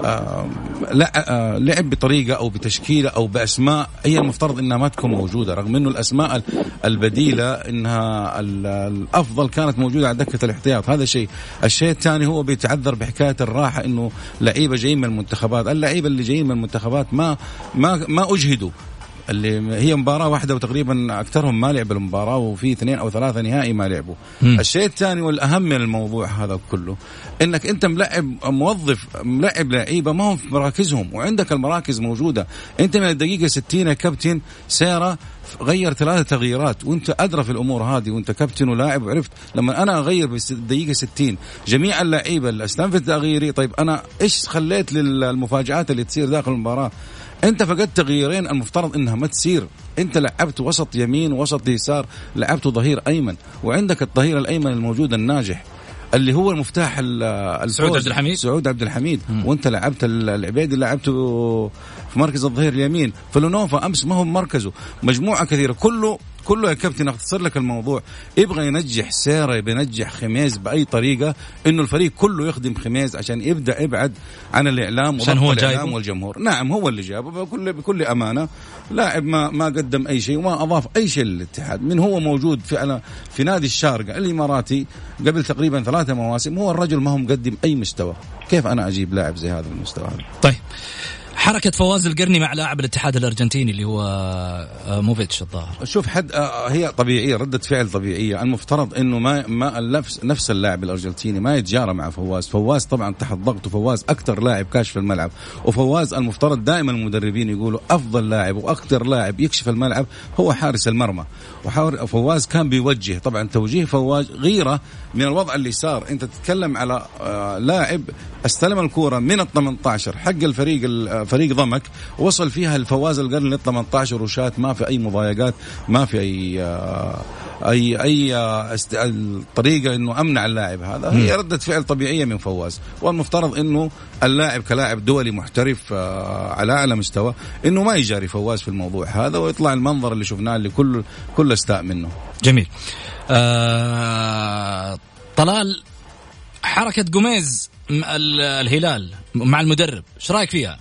Speaker 5: آه لا آه لعب بطريقة أو بتشكيلة أو بأسماء هي المفترض إنها ما تكون موجودة، رغم إنه الأسماء البديلة إنها الأفضل كانت موجودة على دكة الاحتياط. هذا شيء. الشيء الثاني هو بيتعذر بحكاية الراحة، إنه لعيبة جايين من المنتخبات، اللعيبة اللي جايين من المنتخبات ما ما ما أجهدوا، اللي هي مباراة واحدة وتقريبا أكثرهم ما لعب المباراة، وفي اثنين أو ثلاثة نهائي ما لعبوا. م. الشيء الثاني والأهم من الموضوع هذا كله إنك أنت ملعب موظف ملعب لعيبة ما هم في مراكزهم، وعندك المراكز موجودة. أنت من الدقيقة ستين كابتن سيرة غير ثلاثة تغييرات، وانت أدرى في الأمور هذه، وانت كابتن ولاعب وعرفت لما أنا أغير بالدقيقة ستين جميع اللعيبة اللي استنفذ تغييري. طيب أنا إيش خليت للمفاجآت اللي تصير داخل المباراة؟ انت فقدت تغييرين المفترض انها ما تصير. انت لعبت وسط يمين وسط يسار، لعبت ظهير ايمن، وعندك الظهير الايمن الموجود الناجح اللي هو المفتاح
Speaker 4: سعود عبد الحميد
Speaker 5: سعود عبد الحميد م. وانت لعبت العبيدي لعبته في مركز الظهير اليمين. فلونوفا امس ما هو مركزه. مجموعه كثيره كله كله يا كابتن اختصر لك الموضوع. يبغى ينجح سيرة، يبغى ينجح خميس بأي طريقة، إنه الفريق كله يخدم خميس عشان يبدأ يبعد عن الإعلام والإعلام والجمهور. نعم هو اللي جابه بكل بكل أمانة. لاعب ما ما قدم أي شيء وما أضاف أي شيء للاتحاد. من هو موجود في في نادي الشارقة الإماراتي قبل تقريبا ثلاثة مواسم، هو الرجل ما هو مقدم أي مستوى. كيف أنا أجيب لاعب زي هذا المستوى؟
Speaker 4: طيب حركة فواز القرني مع لاعب الاتحاد الأرجنتيني اللي هو موفيتش الظاهر،
Speaker 5: شوف حد هي طبيعية، ردة فعل طبيعية. المفترض إنه ما ما نفس نفس اللاعب الأرجنتيني ما يتجارى مع فواز. فواز طبعا تحت ضغط، وفواز أكثر لاعب كاشف الملعب، وفواز المفترض دائما المدربين يقولوا أفضل لاعب وأكثر لاعب يكشف الملعب هو حارس المرمى. وفواز كان بيوجه، طبعا توجيه فواز غيرة من الوضع اللي صار. أنت تتكلم على لاعب استلم الكرة من الثمانية عشر حق الفريق فريق ضمك، وصل فيها الفواز القرن لل ثمانية عشر وشات، ما في أي مضايقات، ما في أي أي أي طريقة إنه أمنع اللاعب هذا. هي ردة فعل طبيعية من فواز، والمفترض إنه اللاعب كلاعب دولي محترف على أعلى مستوى إنه ما يجاري فواز في الموضوع هذا، ويطلع المنظر اللي شفناه اللي كل كل استاء منه.
Speaker 4: جميل. آه... طلال، حركة جوميز الهلال مع المدرب، ايش رايك فيها؟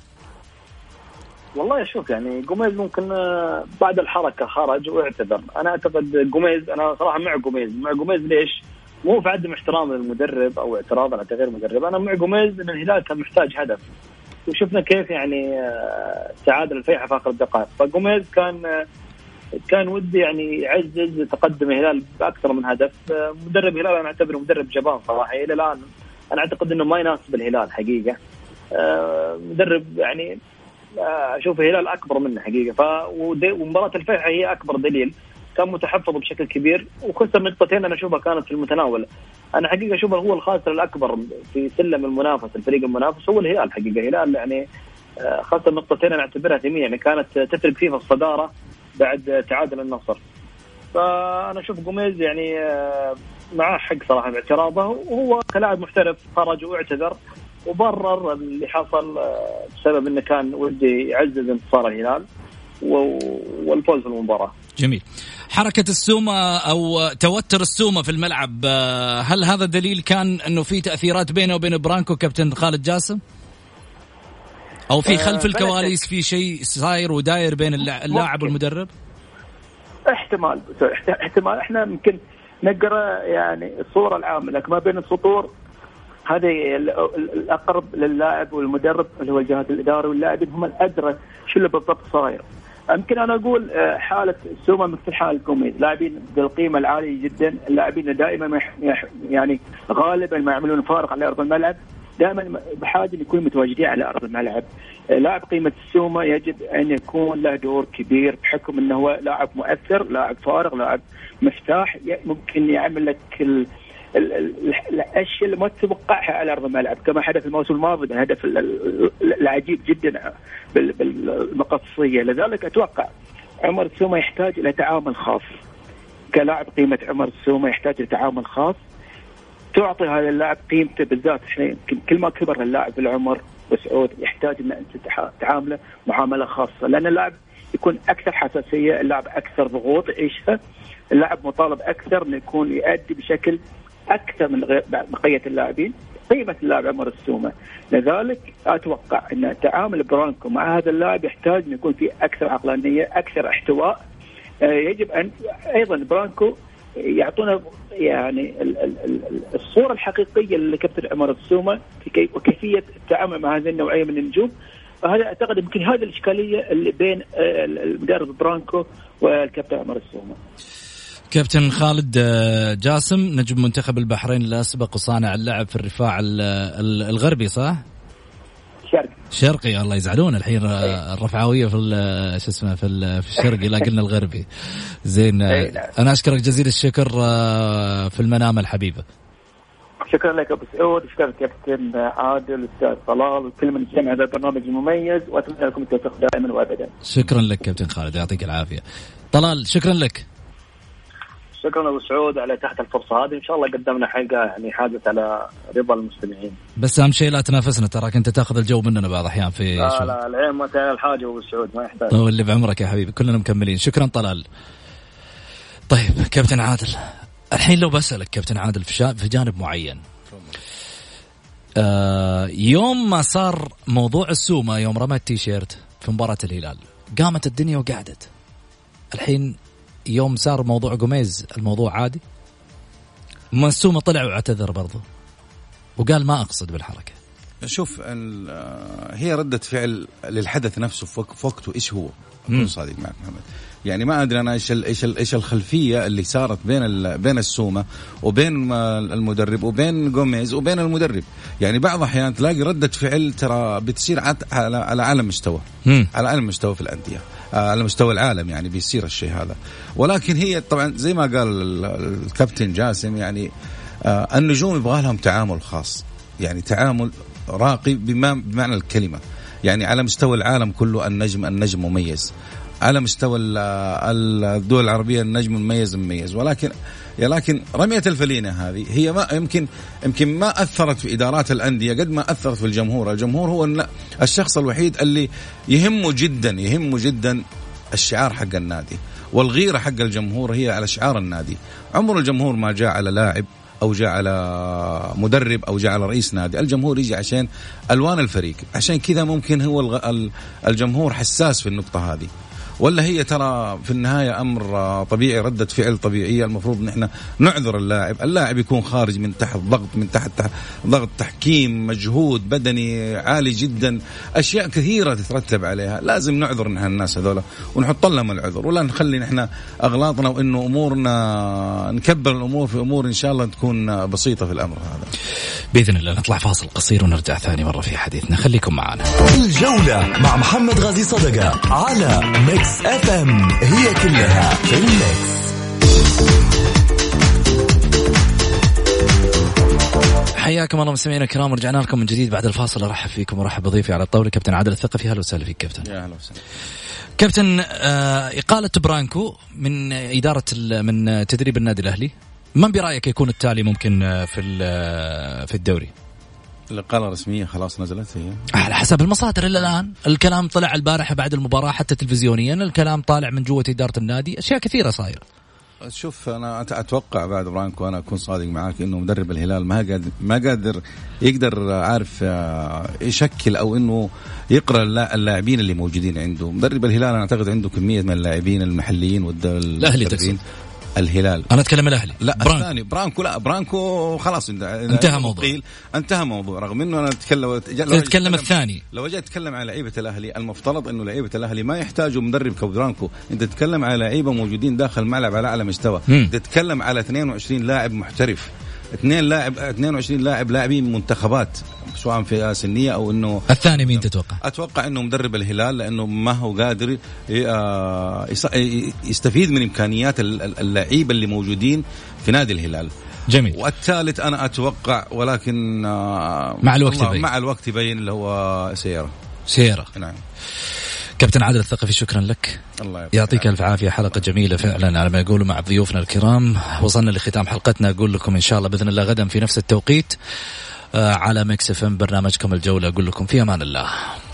Speaker 7: والله شوف يعني جوميز ممكن بعد الحركة خرج واعتذر. أنا أعتقد جوميز، أنا صراحة مع جوميز. مع جوميز ليش؟ مو في عدم احترام للمدرب أو اعتراض على تغيير المدرب. أنا مع جوميز إن الهلال كان محتاج هدف، وشفنا كيف يعني تعادل الفيحة في آخر الدقائق. فجوميز كان كان ودي يعني يعزز تقدم الهلال بأكثر من هدف. مدرب الهلال أنا أعتبره مدرب جبان صراحة إلى الآن. أنا أعتقد إنه ما يناسب الهلال حقيقة. مدرب يعني أشوف الهلال أكبر منه حقيقة. ومباراة الفيحة هي أكبر دليل. كان متحفظ بشكل كبير وخسر نقطتين أنا أشوفها كانت في المتناول. أنا حقيقة أشوفه هو الخاسر الأكبر في سلم المنافسة. الفريق المنافس هو الهلال حقيقة. الهلال يعني خسر نقطتين أنا أعتبرها ثمينة، يعني كانت تفرق فيه في الصدارة بعد تعادل النصر. فأنا أشوف جوميز يعني معاه حق صراحة باعتراضه، وهو كلاعب محترف خرج واعتذر وبرر اللي حصل بسبب أنه كان ودي يعزز انتصار الهلال والفوز في المباراة.
Speaker 4: جميل. حركة السومة أو توتر السومة في الملعب، هل هذا دليل كان أنه في تأثيرات بينه وبين برانكو كابتن خالد جاسم، أو في خلف الكواليس في شيء صاير وداير بين اللاعب والمدرب؟
Speaker 6: احتمال احتمال احنا ممكن نقرأ يعني الصورة العامة، لكن ما بين السطور هذه الأقرب للاعب والمدرب اللي هو الجهاز الإداري واللاعبين هم الأدرى شو اللي بالضبط صاير. يمكن أنا أقول حالة السومة مثل حال جوميز، لاعبين بالقيمة العالية جدا. اللاعبين دائما يعني غالبا ما يعملون فارق على أرض الملعب، دائما بحاجة أن يكونوا متواجدين على أرض الملعب. لاعب قيمة السومة يجب أن يكون له دور كبير بحكم أنه هو لاعب مؤثر، لاعب فارق، لاعب مفتاح، ممكن يعمل لك ال الاشياء اللي ما تتوقعها على ارض الملعب، كما حدث الموسم الماضي الهدف العجيب جدا بالمقصيه. لذلك اتوقع عمر السومة يحتاج الى تعامل خاص. كلاعب قيمه عمر السومة يحتاج الى تعامل خاص تعطي هذا اللاعب قيمته، بالذات احنا كل ما كبر اللاعب بالعمر وسعود يحتاج ان انت تعامله معامله خاصه، لان اللاعب يكون اكثر حساسيه، اللاعب اكثر ضغوط يعيشها، اللاعب مطالب اكثر انه يكون يؤدي بشكل أكثر من بقية اللاعبين. قيمة اللاعب عمر السومة، لذلك أتوقع أن تعامل برانكو مع هذا اللاعب يحتاج أن يكون فيه أكثر عقلانية، أكثر احتواء. يجب أن أيضا برانكو يعطونا يعني الصورة الحقيقية لكابتن عمر السومة وكيفية التعامل مع هذه النوعية من النجوم. هذا أعتقد يمكن هذه الإشكالية اللي بين المدرب برانكو والكابتن عمر السومة.
Speaker 4: كابتن خالد جاسم نجم منتخب البحرين الأسبق وصانع اللعب في الرفاع الغربي، صح؟
Speaker 6: شرقي.
Speaker 4: شرقي، الله يزعلون الحين الرفعاوية في شو اسمه في في الشرقي، لا قلنا الغربي. زين، أنا أشكرك جزيل الشكر في المنام الحبيبة.
Speaker 6: شكرا لك أبو سعود، شكرا كابتن عادل، أستاذ طلال، وكل من يستمع هذا البرنامج المميز، وأتمنى لكم التوفيق دائما وأبدا.
Speaker 4: شكرا لك كابتن خالد، يعطيك العافية. طلال شكرا لك.
Speaker 7: شكرا أبو سعود على تحت الفرصة هذه، إن شاء الله قدمنا حلقة يعني حاجت على رضا المستمعين.
Speaker 4: بس أهم شيء لا تنافسنا، تراك أنت تأخذ الجو مننا بعض أحيان في
Speaker 7: لا لا العين ما تعمل الحاجة أبو سعود، ما يحتاج.
Speaker 4: واللي بعمرك يا حبيبي، كلنا مكملين. شكرا طلال. طيب كابتن عادل، الحين لو بسألك كابتن عادل في في جانب معين، آه يوم ما صار موضوع السومة، يوم رمى التيشيرت في مباراة الهلال قامت الدنيا وقعدت. الحين يوم صار موضوع جوميز الموضوع عادي. السومة طلع واعتذر برضه وقال ما أقصد بالحركة.
Speaker 5: شوف هي ردة فعل للحدث نفسه في وقته. إيش هو؟ أكون صادق معك محمد، يعني ما أدري أنا إيش إيش إيش الخلفية اللي صارت بين بين السومة وبين المدرب وبين جوميز وبين المدرب. يعني بعض الأحيان تلاقي ردة فعل ترى بتصير على على أعلى مستوى، على أعلى مستوى في الأندية، على مستوى العالم، يعني بيصير الشيء هذا. ولكن هي طبعا زي ما قال الكابتن جاسم، يعني النجوم يبغى لهم تعامل خاص، يعني تعامل راقي بمعنى الكلمة. يعني على مستوى العالم كله النجم النجم مميز، على مستوى الدول العربية النجم مميز مميز. ولكن لكن رمية الفلينة هذه هي ما يمكن يمكن ما أثرت في إدارات الأندية قد ما أثرت في الجمهور. الجمهور هو الشخص الوحيد اللي يهمه جدا يهمه جدا الشعار حق النادي، والغيرة حق الجمهور هي على شعار النادي. عمر الجمهور ما جاء على لاعب أو جاء على مدرب أو جاء على رئيس نادي. الجمهور يجي عشان ألوان الفريق. عشان كذا ممكن هو الجمهور حساس في النقطة هذه، ولا هي ترى في النهاية أمر طبيعي، ردة فعل طبيعية. المفروض نحن نعذر اللاعب. اللاعب يكون خارج من تحت ضغط، من تحت, تحت ضغط تحكيم، مجهود بدني عالي جدا، أشياء كثيرة تترتب عليها. لازم نعذر نحن الناس هذولا ونحط لهم العذر، ولا نخلي نحن أغلاطنا وإنه أمورنا نكبر الأمور في أمور إن شاء الله تكون بسيطة في الأمر هذا.
Speaker 4: بإذن الله نطلع فاصل قصير ونرجع ثاني مرة في حديثنا، خليكم معنا.
Speaker 3: الجولة مع محمد غازي صدقة على ميكس اف ام، هي كلها في الميكس.
Speaker 4: حياكم الله مستمعينا الكرام، ورجعنا لكم من جديد بعد الفاصل. ارحب فيكم ورحب بضيفي على الطاوله كابتن عادل الثقفي. اهلا وسهلا فيك كابتن.
Speaker 5: يا اهلا وسهلا
Speaker 4: كابتن. آه إقالة برانكو من إدارة من تدريب النادي الأهلي، من برأيك يكون التالي ممكن في في الدوري؟
Speaker 5: الإقالة رسمية خلاص نزلت هي
Speaker 4: على حسب المصادر. إلا الآن الكلام طلع البارحة بعد المباراة حتى تلفزيونيا، الكلام طالع من جوة إدارة النادي، أشياء كثيرة صايرة.
Speaker 5: شوف أنا أتوقع بعد برانكو، أنا أكون صادق معاك، إنه مدرب الهلال ما قادر ما قادر يقدر عارف يشكل أو إنه يقرأ اللاعبين اللي موجودين عنده. مدرب الهلال أنا أعتقد عنده كمية من اللاعبين المحليين والأهلي. الهلال
Speaker 4: أنا أتكلم الأهلي
Speaker 5: لا برانكو. الثاني برانكو لا برانكو خلاص
Speaker 4: انتهى موضوع
Speaker 5: انتهى موضوع رغم إنه أنا أتكلم
Speaker 4: أتكلم الثاني.
Speaker 5: لو جاء أتكلم على لعيبة الأهلي، المفترض إنه لعيبة الأهلي ما يحتاجوا مدرب كبرانكو. أنت تتكلم على لعيبة موجودين داخل الملعب على أعلى مستوى، تتكلم على اثنين وعشرين لاعب محترف، اثنين لاعب اثنين وعشرين لاعب لاعبين منتخبات سواء في سنية أو إنه.
Speaker 4: الثاني مين تتوقع؟
Speaker 5: أتوقع إنه مدرب الهلال، لأنه ما هو قادر يستفيد من إمكانيات اللعيبة اللي موجودين في نادي الهلال.
Speaker 4: جميل.
Speaker 5: والثالث أنا أتوقع، ولكن
Speaker 4: مع الوقت يبين.
Speaker 5: مع الوقت يبين اللي هو سيارة
Speaker 4: سيارة
Speaker 5: نعم.
Speaker 4: كابتن عادل الثقفي شكرا لك،
Speaker 5: الله
Speaker 4: يعطيك الف عافيه. حلقه جميله فعلا على ما يقولوا مع ضيوفنا الكرام. وصلنا لختام حلقتنا، اقول لكم ان شاء الله باذن الله غدا في نفس التوقيت على ميكس اف ام برنامجكم الجوله. اقول لكم في امان الله.